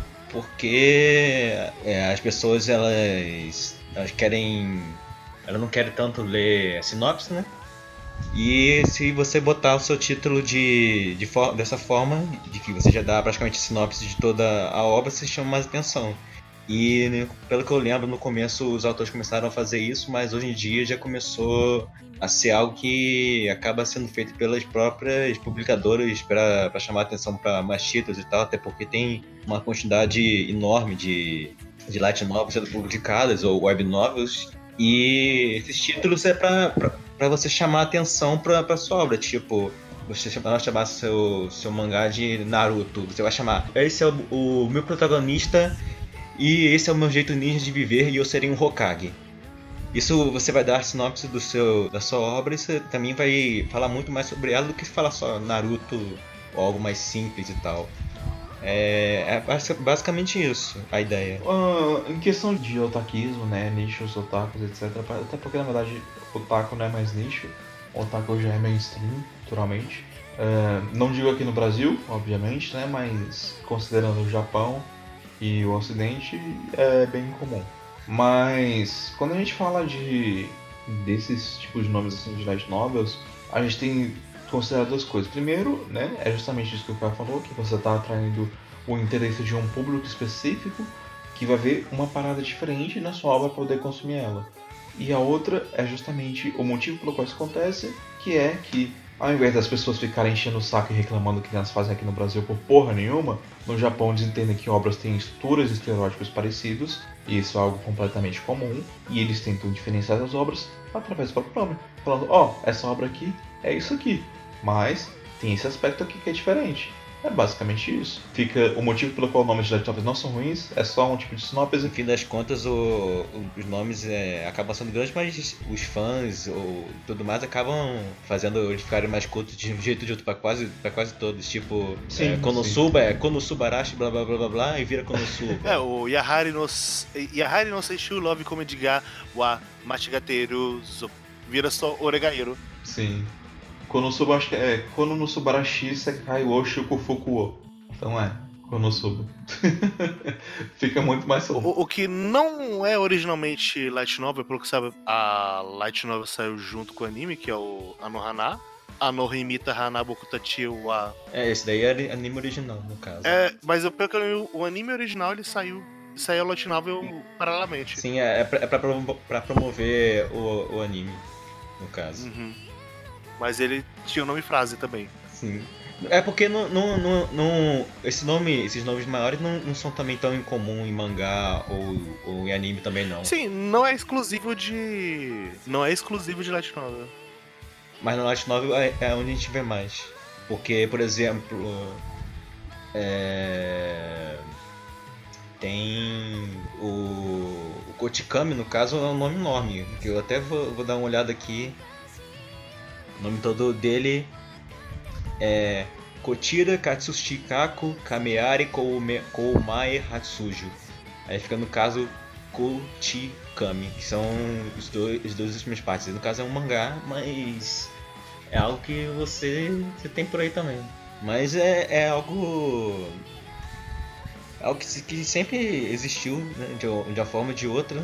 Porque é, as pessoas elas, elas querem. Elas não querem tanto ler a sinopse, né? E se você botar o seu título de, de for, dessa forma, de que você já dá praticamente a sinopse de toda a obra, você chama mais atenção. E pelo que eu lembro, no começo os autores começaram a fazer isso, mas hoje em dia já começou a ser algo que acaba sendo feito pelas próprias publicadoras para chamar atenção para mais títulos e tal, até porque tem uma quantidade enorme de, de light novels sendo publicadas ou web novels, e esses títulos é para você chamar atenção para sua obra, tipo, você vai chamar seu, seu mangá de Naruto. Você vai chamar, esse é o, o meu protagonista e esse é o meu jeito ninja de viver e eu serei um Hokage. Isso você vai dar sinopse do seu, da sua obra e você também vai falar muito mais sobre ela do que falar só Naruto ou algo mais simples e tal. É, é basicamente isso a ideia. Uh, em questão de otakismo, né, nichos, otakus, etcétera. Até porque na verdade otaku não é mais nicho, otaku já é mainstream, naturalmente. Uh, não digo aqui no Brasil, obviamente, né, mas considerando o Japão e o Ocidente é bem comum. Mas quando a gente fala de desses tipos de nomes assim de light novels, a gente tem que considerar duas coisas. Primeiro, né, é justamente isso que o Caio falou, que você está atraindo o interesse de um público específico que vai ver uma parada diferente na sua obra para poder consumir ela. E a outra é justamente o motivo pelo qual isso acontece, que é que ao invés das pessoas ficarem enchendo o saco e reclamando que elas fazem aqui no Brasil por porra nenhuma, no Japão eles entendem que obras têm estruturas e estereótipos parecidos, e isso é algo completamente comum, e eles tentam diferenciar as obras através do próprio nome, falando, ó, oh, essa obra aqui é isso aqui, mas tem esse aspecto aqui que é diferente. É basicamente isso. Fica o motivo pelo qual os nomes de light novels não são ruins, é só um tipo de sinopse. No fim das contas, o, o, os nomes é, acabam sendo grandes, mas os fãs ou tudo mais acabam fazendo eles ficarem mais curtos de um jeito ou de outro pra quase, pra quase todos. Tipo, sim, é, Konosuba sim. é Konosubarashi, blá blá blá blá blá, e vira Konosuba. É, o Yahari no, Yahari no Seishu Love Comedy ga wa Machigateru vira só Oregairo. Sim. Konosuba acho que é Konosubarashi Sekai wo Shukufuku wo. Então é, Konosuba. Fica muito mais solto. O, o que não é originalmente Light Novel, pelo que sabe, a Light Novel saiu junto com o anime, que é o Anohana. Anohimita Hana Bokutachi wa... É, esse daí é anime original, no caso. É, mas eu, pelo que eu lembro, o anime original ele saiu, saiu a Light Novel paralelamente. Sim, é, é, pra, é pra, pra promover o, o anime, no caso. Uhum. Mas ele tinha o nome frase também. Sim. É porque não, não, não, não, esse nome, esses nomes maiores não, não são também tão incomum em mangá ou, ou em anime também não. Sim, não é exclusivo de. Não é exclusivo de Light Novel. Mas no Light Novel é, é onde a gente vê mais. Porque, por exemplo. É... Tem o, o Kotikami, no caso, é um nome enorme. Que eu até vou, vou dar uma olhada aqui. O nome todo dele é Kotira Katsushikaku Kameari Koume, Koumae Hatsuju. Aí fica no caso Kotikami, que são os dois, as duas últimas partes. No caso é um mangá, mas é algo que você, você tem por aí também. Mas é, é algo. É algo que, que sempre existiu, né, de, de uma forma ou de outra.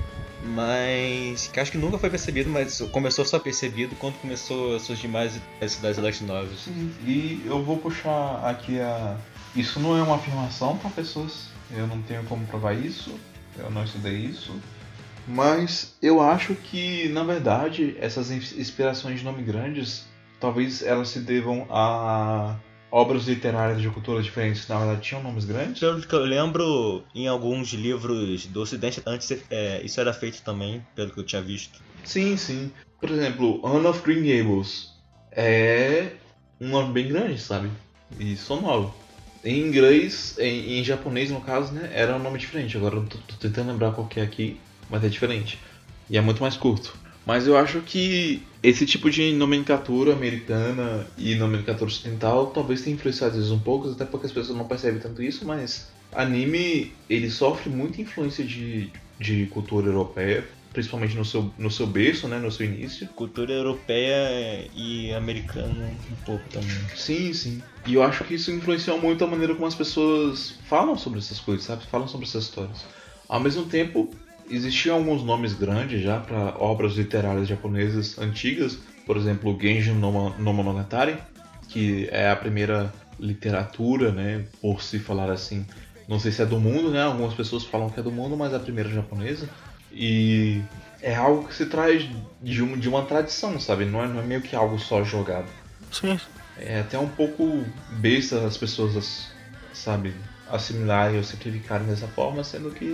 Mas que acho que nunca foi percebido, mas começou a ser percebido quando começou a surgir mais as das light novels. Sim, e eu vou puxar aqui a... Isso não é uma afirmação para pessoas, eu não tenho como provar isso, eu não estudei isso, mas eu acho que, na verdade, essas inspirações de nome grandes, talvez elas se devam a obras literárias de culturas diferentes que na verdade tinham nomes grandes. Pelo que eu lembro, em alguns livros do Ocidente, antes é, isso era feito também, pelo que eu tinha visto. Sim, sim. Por exemplo, Anne of Green Gables é um nome bem grande, sabe? E sonoro. Em inglês, em, em japonês no caso, né, era um nome diferente. Agora eu tô, tô tentando lembrar qual que é aqui, mas é diferente. E é muito mais curto. Mas eu acho que esse tipo de nomenclatura americana e nomenclatura ocidental talvez tenha influenciado às vezes um pouco, até porque as pessoas não percebem tanto isso, mas anime, ele sofre muita influência de, de cultura europeia, principalmente no seu, no seu berço, né, no seu início. Cultura europeia e americana um pouco também. Sim, sim. E eu acho que isso influenciou muito a maneira como as pessoas falam sobre essas coisas, sabe? Falam sobre essas histórias. Ao mesmo tempo, existiam alguns nomes grandes já para obras literárias japonesas antigas, por exemplo, Genji no Monogatari, que é a primeira literatura, né, por se falar assim, não sei se é do mundo, né, algumas pessoas falam que é do mundo, mas é a primeira japonesa, e é algo que se traz de, um, de uma tradição, sabe, não é, não é meio que algo só jogado. Sim. É até um pouco besta as pessoas, sabe, assimilarem ou simplificarem dessa forma, sendo que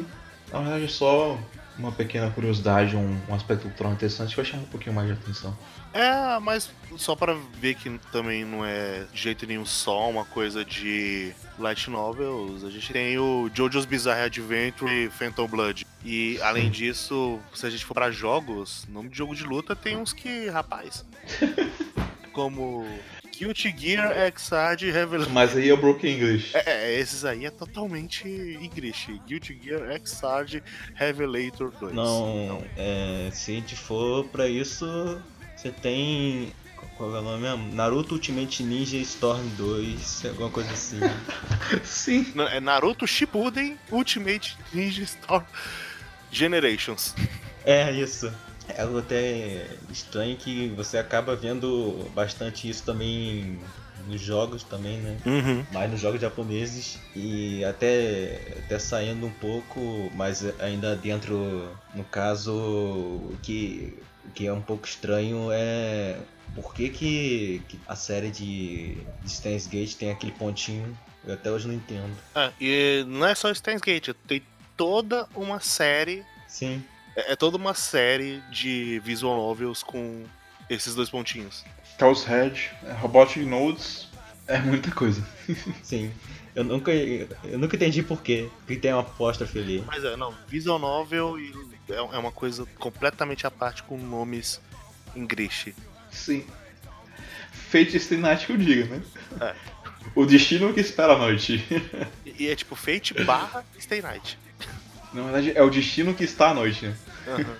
Na verdade é só uma pequena curiosidade, um, um aspecto cultural interessante que eu achei um pouquinho mais de atenção. É, mas só pra ver que também não é de jeito nenhum só uma coisa de light novels, a gente tem o JoJo's Bizarre Adventure e Phantom Blood. E além disso, se a gente for pra jogos, nome de jogo de luta tem uns que, rapaz, como Guilty Gear Xrd Revelator. Mas aí é o Broken English. É, esses aí é totalmente English. Guilty Gear Xrd Revelator dois. Não, então, é, se a gente for pra isso, você tem... Qual é o nome mesmo? Naruto Ultimate Ninja Storm dois, alguma coisa assim. Sim. É Naruto Shippuden Ultimate Ninja Storm Generations. É isso. É algo até estranho que você acaba vendo bastante isso também nos jogos também, né? Uhum. Mais nos jogos japoneses e até, até saindo um pouco, mas ainda dentro, no caso, o que, o que é um pouco estranho é por que, que, que a série de, de Steins Gate tem aquele pontinho, eu até hoje não entendo. É, e não é só Steins Gate, tem toda uma série... Sim. É toda uma série de visual novels com esses dois pontinhos. Chaos Head, Robotic Nodes, é muita coisa. Sim. Eu nunca, eu nunca entendi por quê. Porque tem uma apóstrofe ali. Mas é, não, visual novel é é uma coisa completamente à parte com nomes em English. Sim. Fate Stay Night que eu diga, né? É. O destino que espera a noite. E, e é tipo Fate barra Stay Night. Na verdade, é o destino que está à noite, né? Uhum.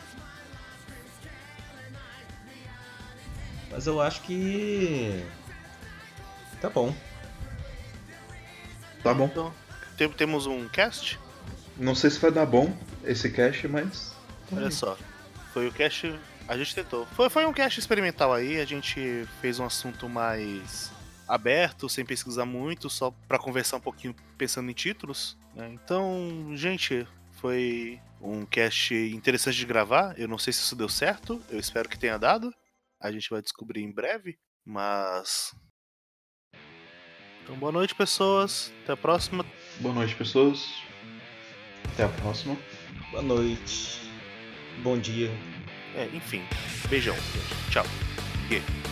Mas eu acho que... Tá bom. Tá bom. Então, tem- temos um cast? Não sei se vai dar bom esse cast, mas... Olha só, foi o cast... A gente tentou. Foi, foi um cast experimental aí, a gente fez um assunto mais aberto, sem pesquisar muito, só pra conversar um pouquinho pensando em títulos, né? Então, gente, foi um cast interessante de gravar. Eu não sei se isso deu certo, eu espero que tenha dado. A gente vai descobrir em breve, mas... Então, boa noite, pessoas. Até a próxima. Boa noite, pessoas. Até a próxima. Boa noite. Bom dia. É, enfim, beijão. Gente. Tchau. E...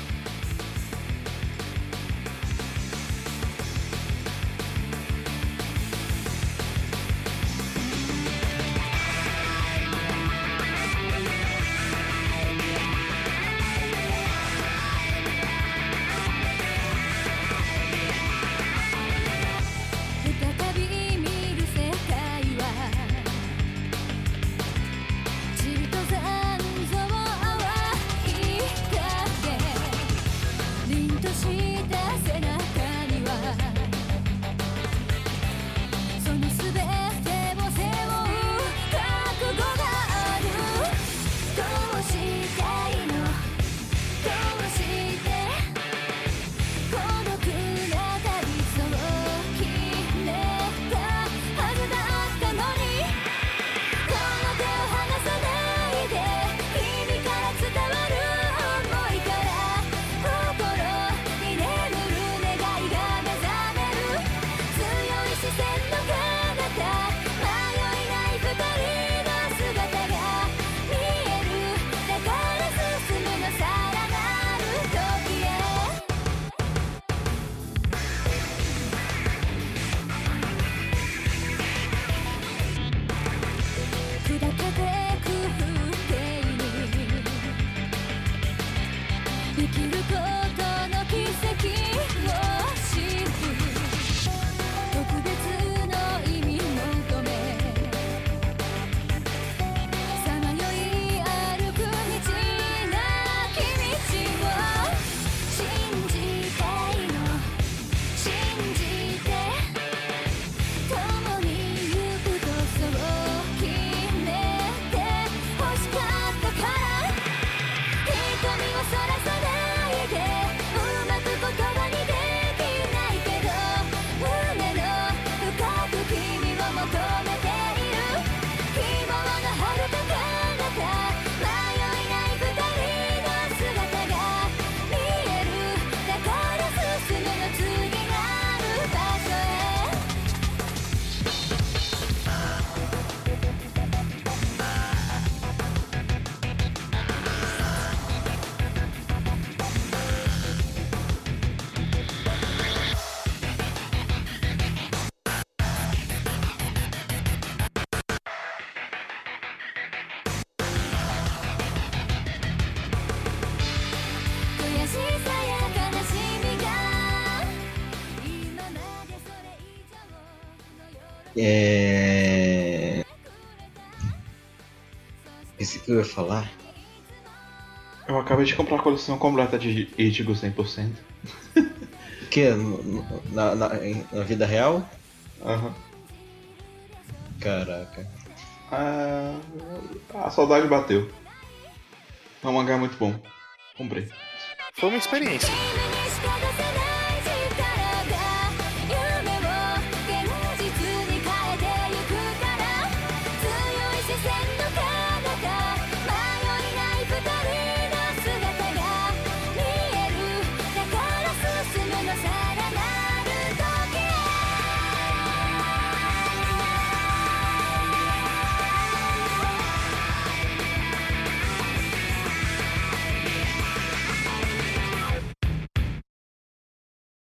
É... Esse que eu ia falar? Eu acabei de comprar a coleção completa de Ichigo cem por cento. O que? Na, na, na vida real? Aham. Caraca. Ah, a saudade bateu. É um mangá muito bom. Comprei. Foi uma experiência. Let's go.